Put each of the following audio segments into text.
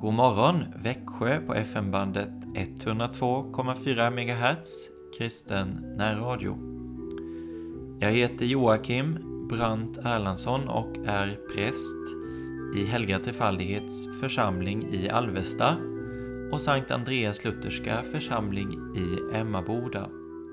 God morgon Växjö på FM-bandet 102,4 MHz kristen närradio. Jag heter Joakim Brandt Erlandsson och är präst i Helga Trefaldighets församling i Alvesta och Sankt Andreas Lutherska församling i Emmaboda.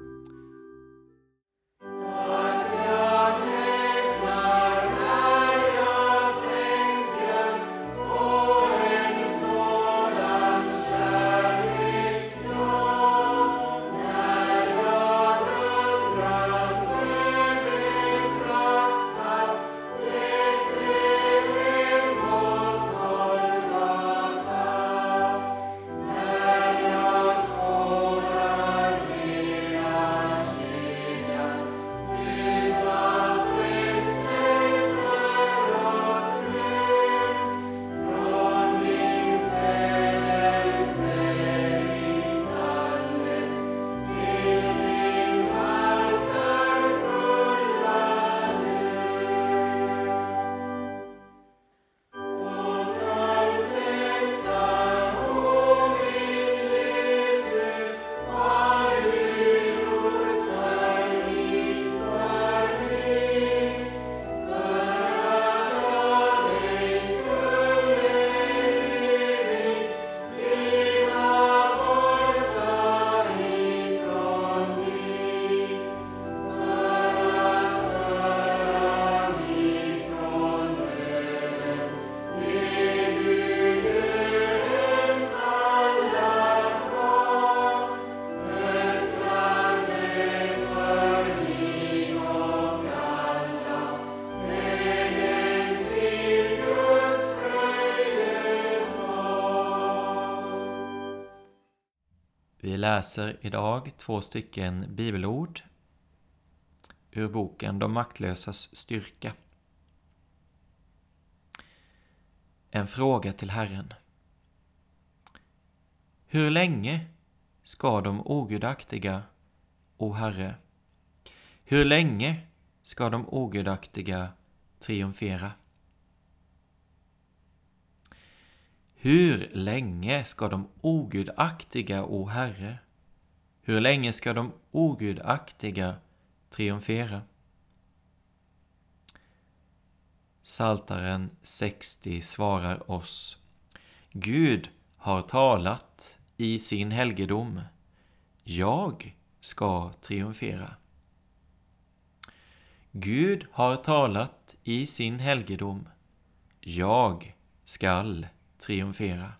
Vi läser idag 2 stycken bibelord ur boken De maktlösas styrka. En fråga till Herren. Hur länge ska de ogudaktiga, o Herre? Hur länge ska de ogudaktiga triumfera? Hur länge ska de ogudaktiga, o Herre? Hur länge ska de ogudaktiga triumfera? Psaltaren 60 svarar oss: Gud har talat i sin helgedom. Jag ska triumfera. Gud har talat i sin helgedom. Jag skall triumfera.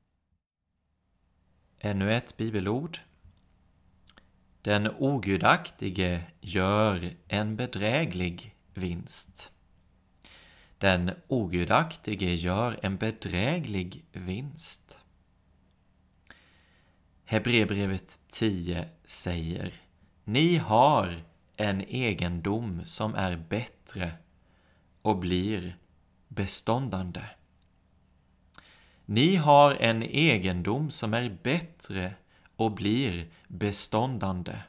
Ännu ett bibelord. Den ogudaktige gör en bedräglig vinst. Den ogudaktige gör en bedräglig vinst. Hebreerbrevet 10 säger: Ni har en egendom som är bättre och blir beståndande. Ni har en egendom som är bättre och blir beståndande.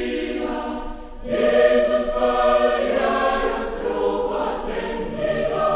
Jesus följer oss trofast än idag.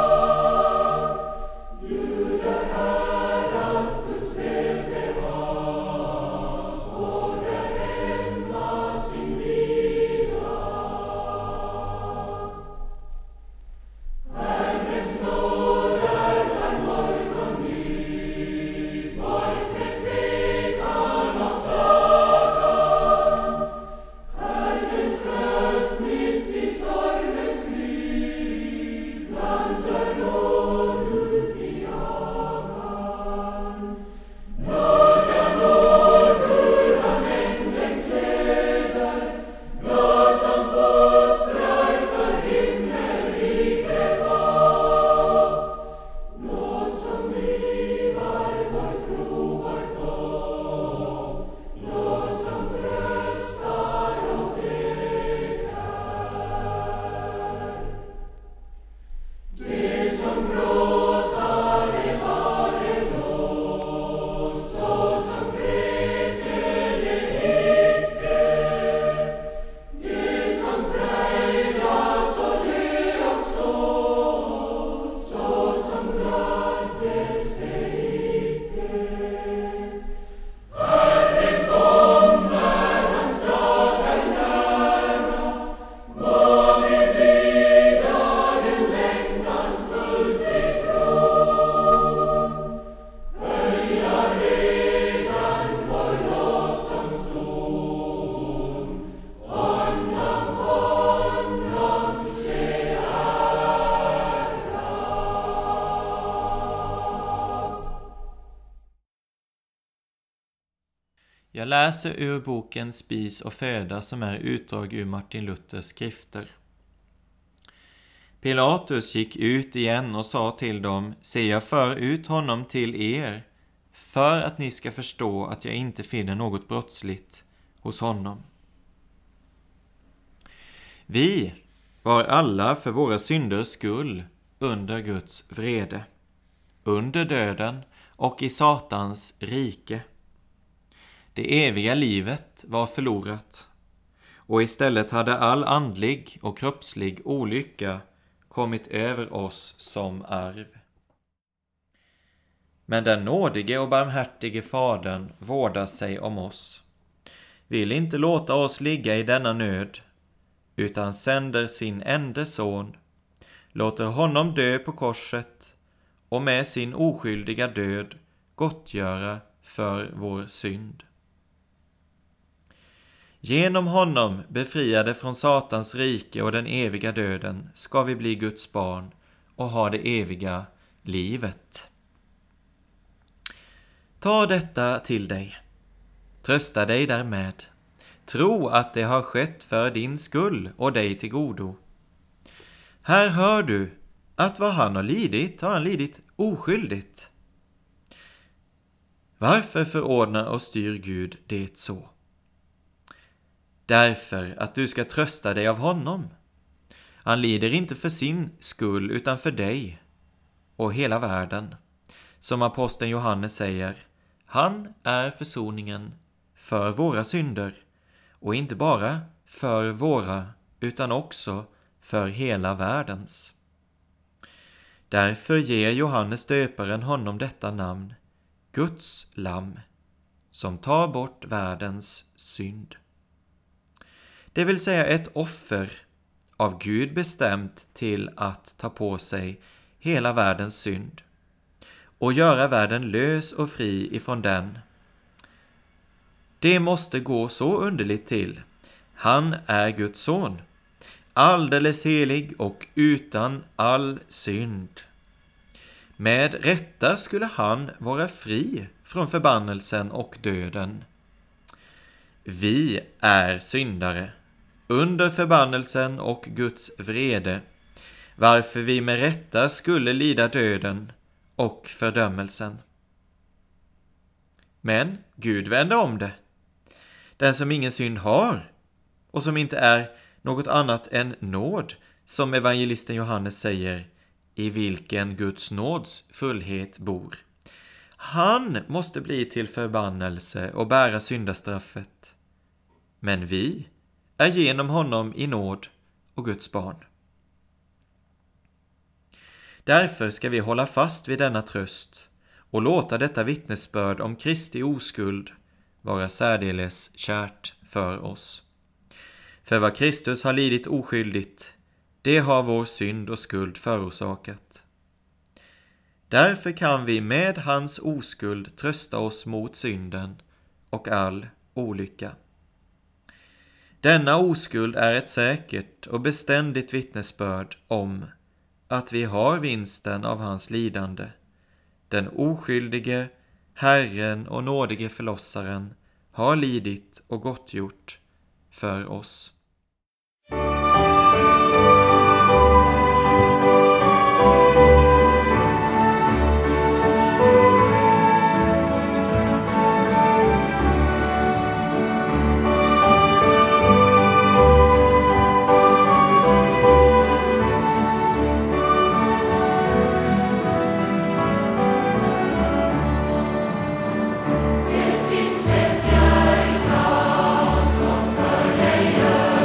Jag läser ur boken Spis och föda som är utdrag ur Martin Luthers skrifter. Pilatus gick ut igen och sa till dem: Se, jag för ut honom till er, för att ni ska förstå att jag inte finner något brottsligt hos honom. Vi var alla för våra synders skull under Guds vrede, under döden och i Satans rike. Det eviga livet var förlorat, och istället hade all andlig och kroppslig olycka kommit över oss som arv. Men den nådige och barmhärtige Fadern vårdar sig om oss, vill inte låta oss ligga i denna nöd, utan sänder sin enda son, låter honom dö på korset och med sin oskyldiga död gottgöra för vår synd. Genom honom, befriade från Satans rike och den eviga döden, ska vi bli Guds barn och ha det eviga livet. Ta detta till dig. Trösta dig därmed. Tro att det har skett för din skull och dig till godo. Här hör du att vad han har lidit oskyldigt. Varför förordnar och styr Gud det så? Därför att du ska trösta dig av honom. Han lider inte för sin skull utan för dig och hela världen. Som aposteln Johannes säger, han är försoningen för våra synder, och inte bara för våra utan också för hela världens. Därför ger Johannes döparen honom detta namn, Guds lamm, som tar bort världens synd. Det vill säga ett offer av Gud bestämt till att ta på sig hela världens synd och göra världen lös och fri ifrån den. Det måste gå så underligt till. Han är Guds son, alldeles helig och utan all synd. Med rätta skulle han vara fri från förbannelsen och döden. Vi är syndare, under förbannelsen och Guds vrede, varför vi med rätta skulle lida döden och fördömelsen. Men Gud vände om det. Den som ingen synd har, och som inte är något annat än nåd, som evangelisten Johannes säger, i vilken Guds nåds fullhet bor. Han måste bli till förbannelse och bära syndastraffet. Men vi är genom honom i nåd och Guds barn. Därför ska vi hålla fast vid denna tröst och låta detta vittnesbörd om Kristi oskuld vara särdeles kärt för oss. För vad Kristus har lidit oskyldigt, det har vår synd och skuld förorsakat. Därför kan vi med hans oskuld trösta oss mot synden och all olycka. Denna oskuld är ett säkert och beständigt vittnesbörd om att vi har vinsten av hans lidande. Den oskyldige, Herren och nådige förlossaren har lidit och gottgjort för oss. Det finns ett hjärta som för dig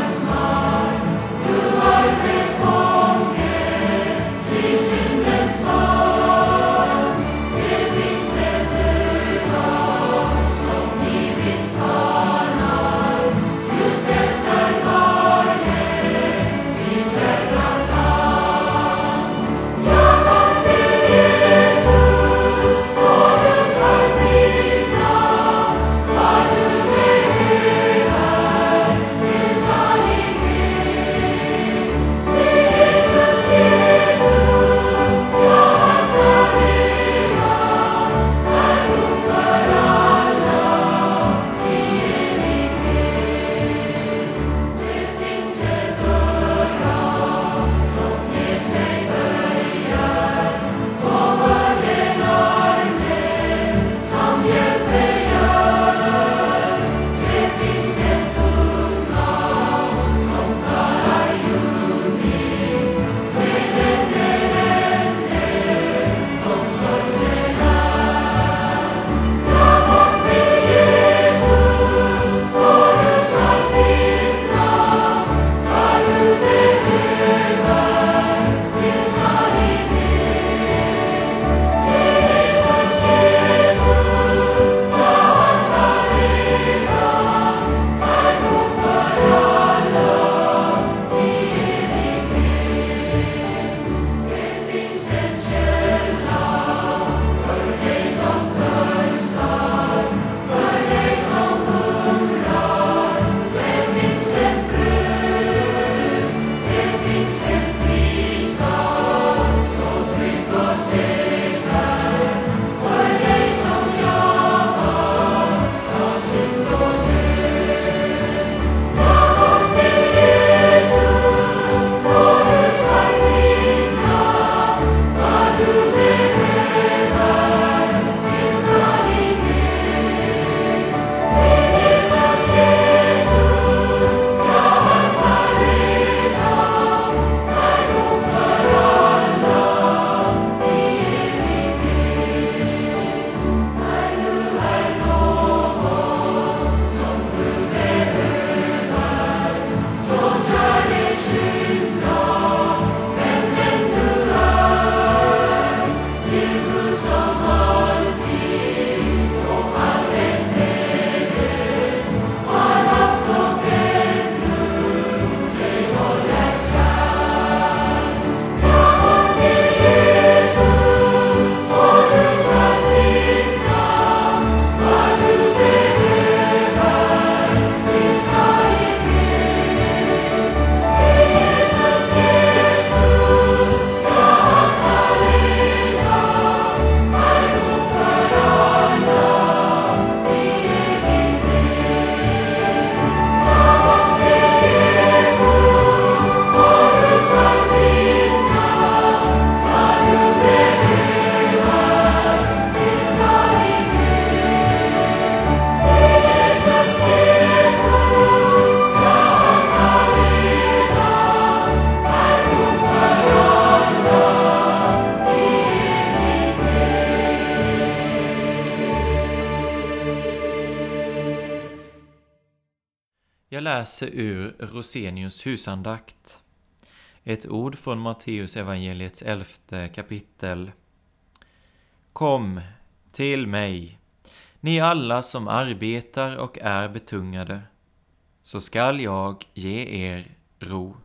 läser ur Rosenius husandakt. Ett ord från Matteus evangeliets 11:e kapitel. Kom till mig, ni alla som arbetar och är betungade, så skall jag ge er ro.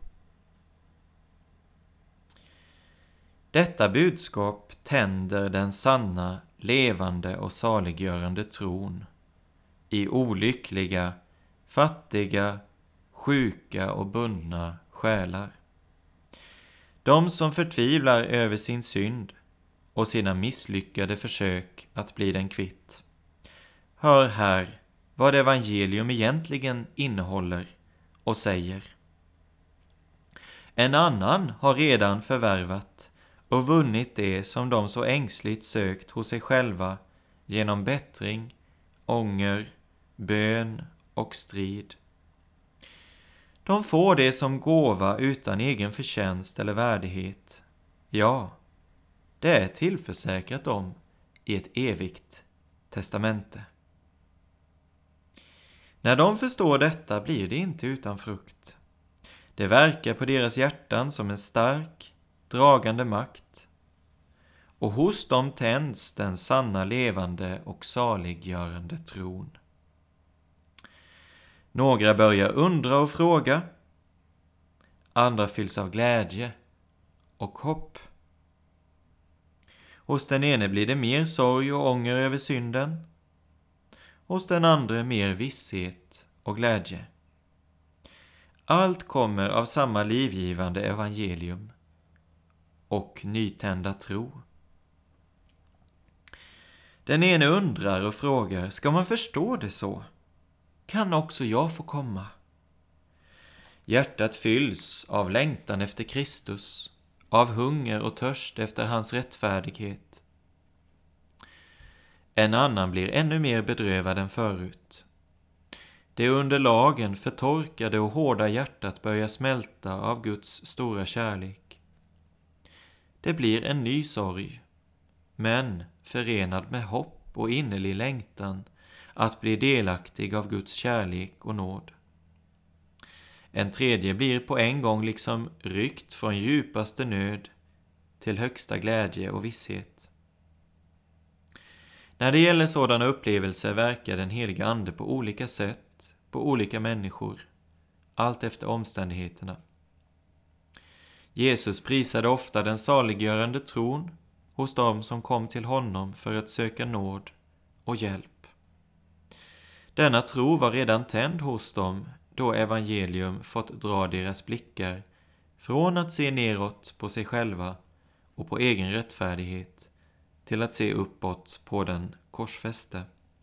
Detta budskap tänder den sanna, levande och saliggörande tron i olyckliga, fattiga, sjuka och bundna själar. De som förtvivlar över sin synd och sina misslyckade försök att bli den kvitt. Hör här vad evangelium egentligen innehåller och säger. En annan har redan förvärvat och vunnit det som de så ängsligt sökt hos sig själva genom bättring, ånger, bön och strid. De får det som gåva utan egen förtjänst eller värdighet. Ja, det är tillförsäkrat dem i ett evigt testamente. När de förstår detta blir det inte utan frukt. Det verkar på deras hjärtan som en stark, dragande makt. Och hos dem tänds den sanna, levande och saliggörande tron. Några börjar undra och fråga. Andra fylls av glädje och hopp. Hos den ene blir det mer sorg och ånger över synden. Hos den andra mer visshet och glädje. Allt kommer av samma livgivande evangelium och nytända tro. Den ene undrar och frågar, ska man förstå det så? Kan också jag få komma? Hjärtat fylls av längtan efter Kristus, av hunger och törst efter hans rättfärdighet. En annan blir ännu mer bedrövad än förut. Det under lagen förtorkade och hårda hjärtat börjar smälta av Guds stora kärlek. Det blir en ny sorg, men förenad med hopp och innerlig längtan att bli delaktig av Guds kärlek och nåd. En tredje blir på en gång liksom ryckt från djupaste nöd till högsta glädje och visshet. När det gäller sådana upplevelser verkar den heliga ande på olika sätt, på olika människor, allt efter omständigheterna. Jesus prisade ofta den saliggörande tron hos dem som kom till honom för att söka nåd och hjälp. Denna tro var redan tänd hos dem då evangelium fått dra deras blickar från att se neråt på sig själva och på egen rättfärdighet till att se uppåt på den korsfäste.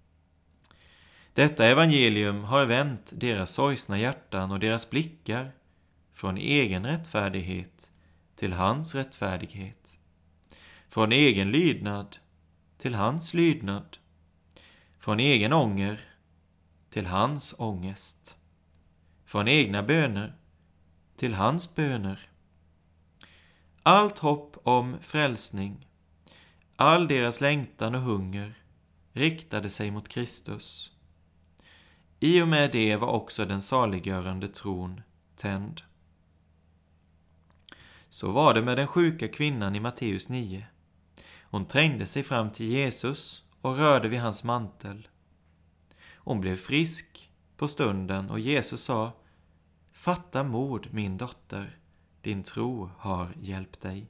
Detta evangelium har vänt deras sorgsna hjärtan och deras blickar från egen rättfärdighet till hans rättfärdighet, från egen lydnad till hans lydnad, från egen ånger till hans ångest, från egna böner till hans böner. Allt hopp om frälsning, all deras längtan och hunger riktade sig mot Kristus. I och med det var också den saliggörande tron tänd. Så var det med den sjuka kvinnan i Matteus 9. Hon trängde sig fram till Jesus och rörde vid hans mantel. Hon blev frisk på stunden och Jesus sa: fatta mod, min dotter, din tro har hjälpt dig.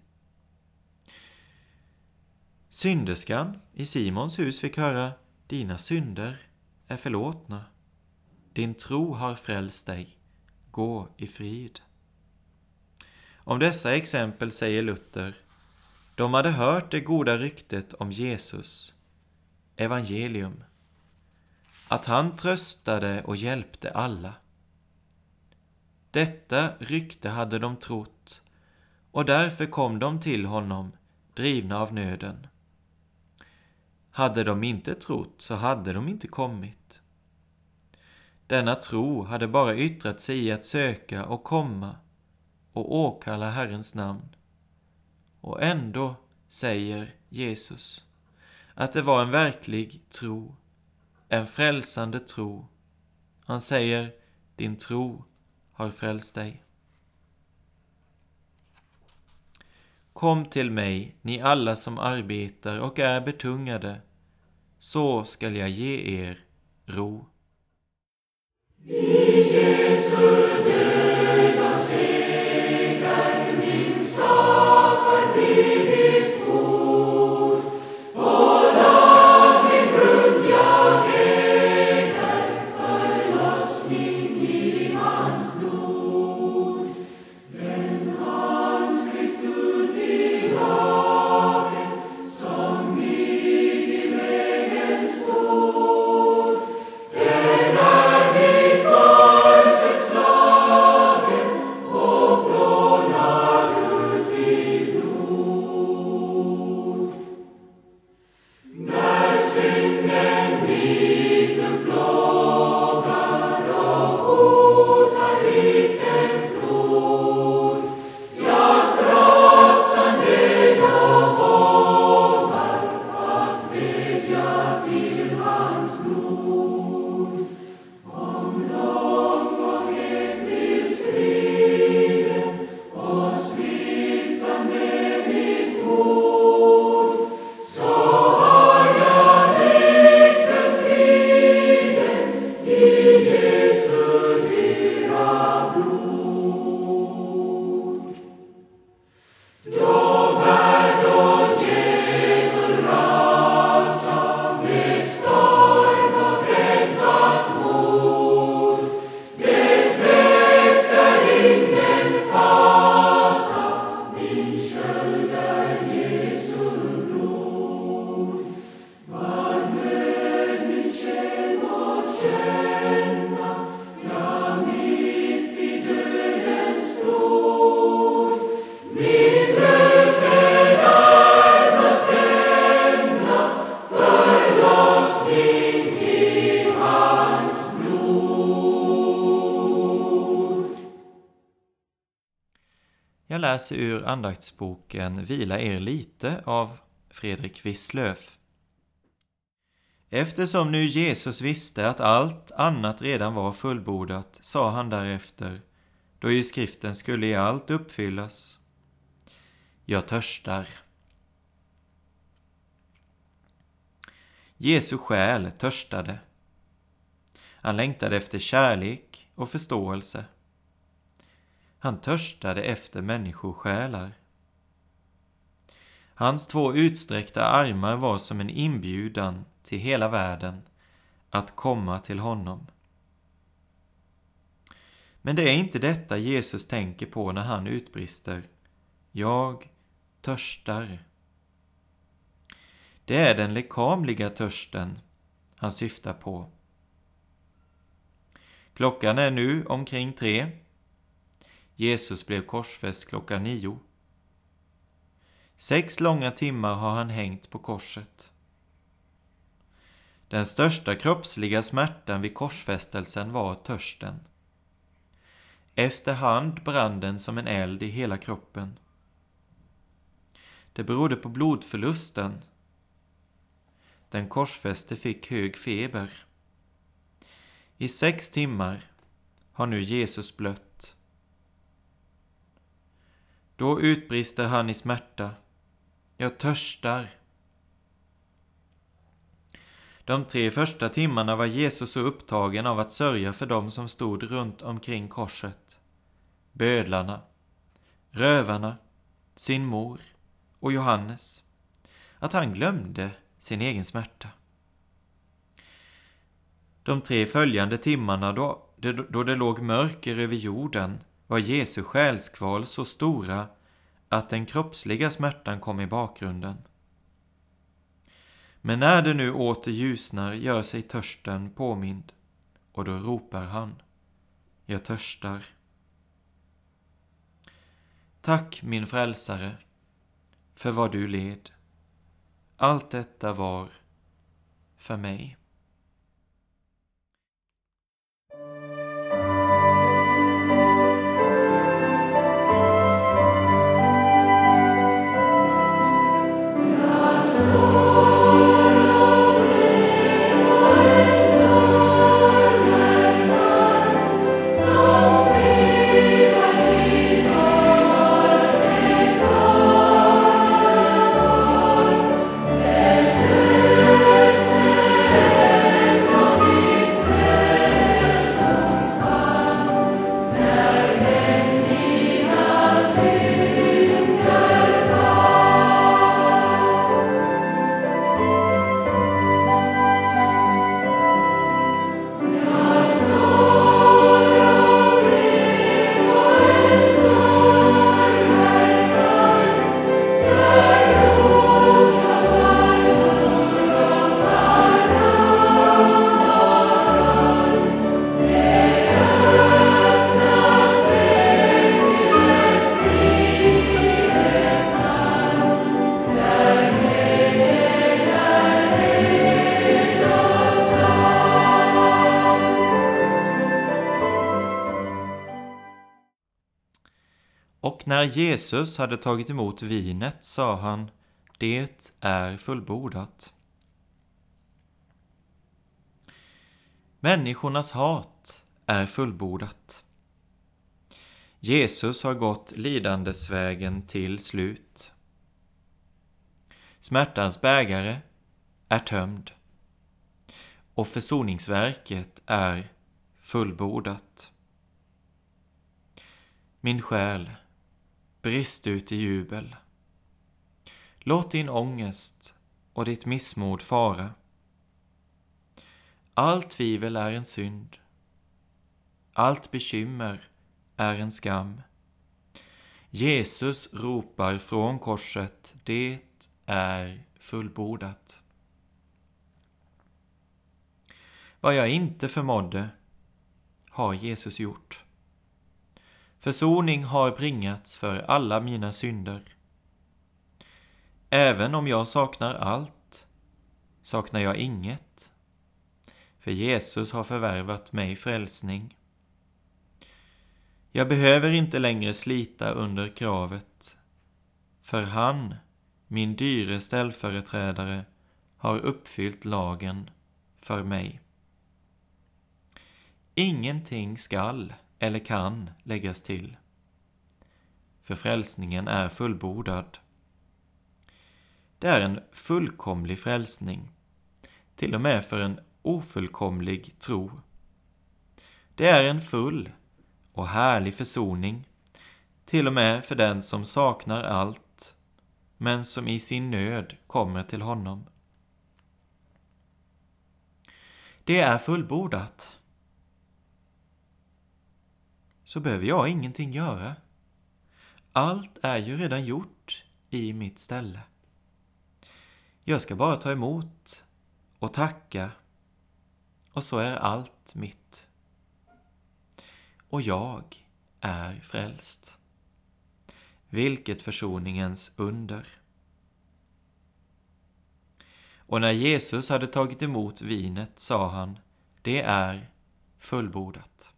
Synderskan i Simons hus fick höra: dina synder är förlåtna. Din tro har frälst dig. Gå i frid. Om dessa exempel säger Luther: de hade hört det goda ryktet om Jesus, evangelium, att han tröstade och hjälpte alla. Detta rykte hade de trott, och därför kom de till honom, drivna av nöden. Hade de inte trott så hade de inte kommit. Denna tro hade bara yttrat sig i att söka och komma och åkalla Herrens namn. Och ändå säger Jesus att det var en verklig tro, en frälsande tro. Han säger: din tro har frälst dig. Kom till mig, ni alla som arbetar och är betungade, så skall jag ge er ro. I Jesu död och seger min sak har blivit god, på laglig grund jag äger förlossning i hans blod. Den handskrift ut i lagen som mig i vägen stod, den är vid korset slagen och blånar ut i blod. När synden mig nu plågar och hotar likt en flod, jag trotsande då vågar att vädja till hans blod. Om lång och het blir striden och sviktande mitt mod, så har jag likväl friden i Jesu dyra blod. Då värld och djävul rasa med storm och vredgat mod, det väcker ingen fasa, min sköld är Jesu blod. Vad nöd min själ må känna, ja, mitt i dödens flod, min lösen är blott denna, förlossning i hans blod. Jag läser ur andaktsboken Vila er lite av Fredrik Wisslöf. Eftersom nu Jesus visste att allt annat redan var fullbordat, sa han därefter, då ju skriften skulle i allt uppfyllas: Jag törstar. Jesu själ törstade. Han längtade efter kärlek och förståelse. Han törstade efter människosjälar. Hans 2 utsträckta armar var som en inbjudan till hela världen att komma till honom. Men det är inte detta Jesus tänker på när han utbrister: Jag törstar. Det är den lekamliga törsten han syftar på. Klockan är nu omkring 3. Jesus blev korsfäst klockan 9. 6 långa timmar har han hängt på korset. Den största kroppsliga smärtan vid korsfästelsen var törsten. Efterhand brann den som en eld i hela kroppen. Det berodde på blodförlusten. Den korsfäste fick hög feber. I 6 timmar har nu Jesus blött. Då utbrister han i smärta: Jag törstar. De 3 första timmarna var Jesus så upptagen av att sörja för dem som stod runt omkring korset. Bödlarna, rövarna, sin mor och Johannes, att han glömde sin egen smärta. De 3 följande timmarna då det låg mörker över jorden var Jesu själskval så stora att den kroppsliga smärtan kom i bakgrunden. Men när det nu åter ljusnar gör sig törsten påmind, och då ropar han: Jag törstar. Tack, min frälsare, för vad du led. Allt detta var för mig. Och när Jesus hade tagit emot vinet sa han, det är fullbordat. Människornas hat är fullbordat. Jesus har gått lidandesvägen till slut. Smärtans bägare är tömd. Och försoningsverket är fullbordat. Min själ, brist ut i jubel. Låt din ångest och ditt missmod fara. Allt tvivel är en synd. Allt bekymmer är en skam. Jesus ropar från korset, det är fullbordat. Vad jag inte förmådde har Jesus gjort. Försoning har bringats för alla mina synder. Även om jag saknar allt, saknar jag inget. För Jesus har förvärvat mig frälsning. Jag behöver inte längre slita under kravet. För han, min dyre ställföreträdare, har uppfyllt lagen för mig. Ingenting skall eller kan läggas till. För frälsningen är fullbordad. Det är en fullkomlig frälsning, till och med för en ofullkomlig tro. Det är en full och härlig försoning, till och med för den som saknar allt, men som i sin nöd kommer till honom. Det är fullbordat. Så behöver jag ingenting göra. Allt är ju redan gjort i mitt ställe. Jag ska bara ta emot och tacka, och så är allt mitt. Och jag är frälst. Vilket försoningens under. Och när Jesus hade tagit emot vinet sa han, det är fullbordat.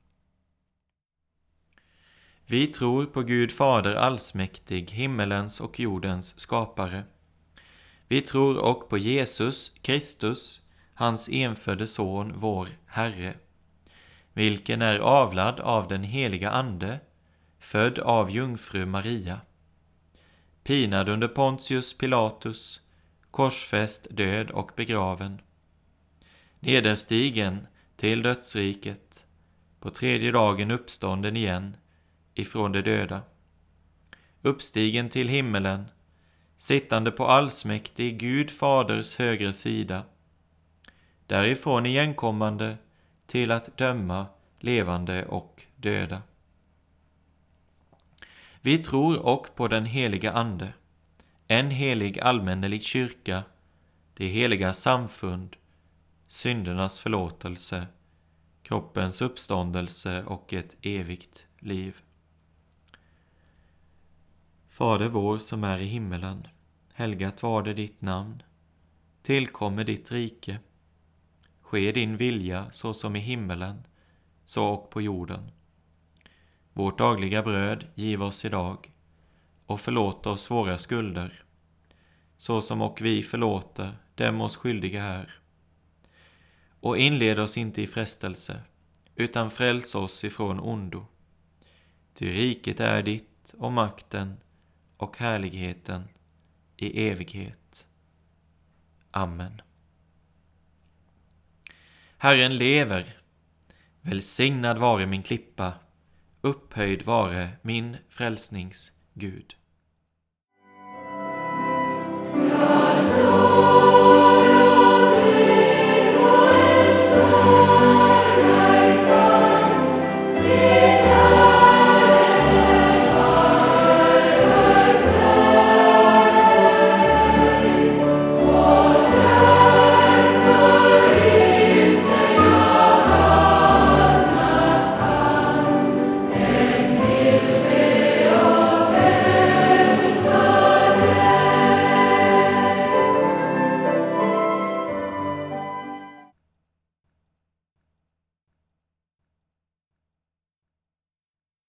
Vi tror på Gud Fader allsmäktig, himmelens och jordens skapare. Vi tror och på Jesus Kristus, hans enfödde son, vår Herre, vilken är avlad av den heliga ande, född av jungfru Maria, pinad under Pontius Pilatus, korsfäst, död och begraven, nederstigen till dödsriket, på tredje dagen uppstånden igen ifrån de döda, uppstigen till himmelen, sittande på allsmäktig Gud Faders högra sida, därifrån igenkommande till att döma levande och döda. Vi tror och på den heliga ande, en helig allmännelig kyrka, det heliga samfund, syndernas förlåtelse, kroppens uppståndelse och ett evigt liv. Fader vår som är i himmelen, helgat varde ditt namn. Tillkommer ditt rike. Ske din vilja så som i himmelen, så och på jorden. Vårt dagliga bröd giv oss idag, och förlåt oss våra skulder, så som och vi förlåter dem oss skyldiga här. Och inled oss inte i frestelse, utan fräls oss ifrån ondo. Ty riket är ditt och makten och härligheten i evighet. Amen. Herren lever, välsignad vare min klippa, upphöjd vare min frälsnings Gud. Jag står